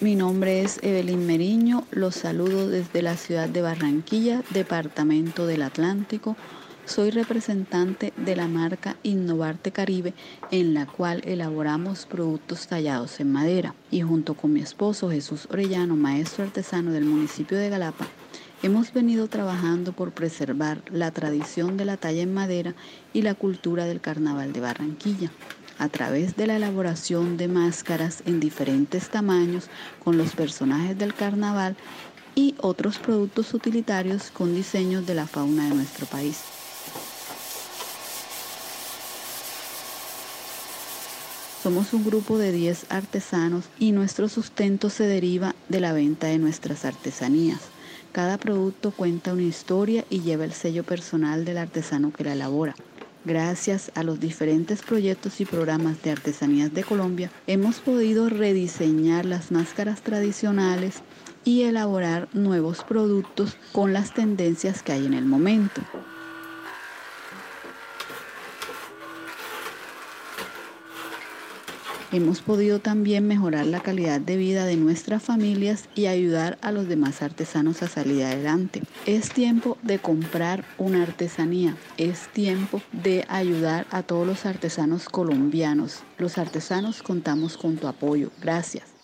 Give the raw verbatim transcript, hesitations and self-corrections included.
Mi nombre es Evelyn Meriño, los saludo desde la ciudad de Barranquilla, departamento del Atlántico. Soy representante de la marca Innovarte Caribe, en la cual elaboramos productos tallados en madera. Y junto con mi esposo Jesús Orellano, maestro artesano del municipio de Galapa, hemos venido trabajando por preservar la tradición de la talla en madera y la cultura del Carnaval de Barranquilla, a través de la elaboración de máscaras en diferentes tamaños con los personajes del carnaval y otros productos utilitarios con diseños de la fauna de nuestro país. Somos un grupo de diez artesanos y nuestro sustento se deriva de la venta de nuestras artesanías. Cada producto cuenta una historia y lleva el sello personal del artesano que la elabora. Gracias a los diferentes proyectos y programas de artesanías de Colombia, hemos podido rediseñar las máscaras tradicionales y elaborar nuevos productos con las tendencias que hay en el momento. Hemos podido también mejorar la calidad de vida de nuestras familias y ayudar a los demás artesanos a salir adelante. Es tiempo de comprar una artesanía, es tiempo de ayudar a todos los artesanos colombianos. Los artesanos contamos con tu apoyo. Gracias.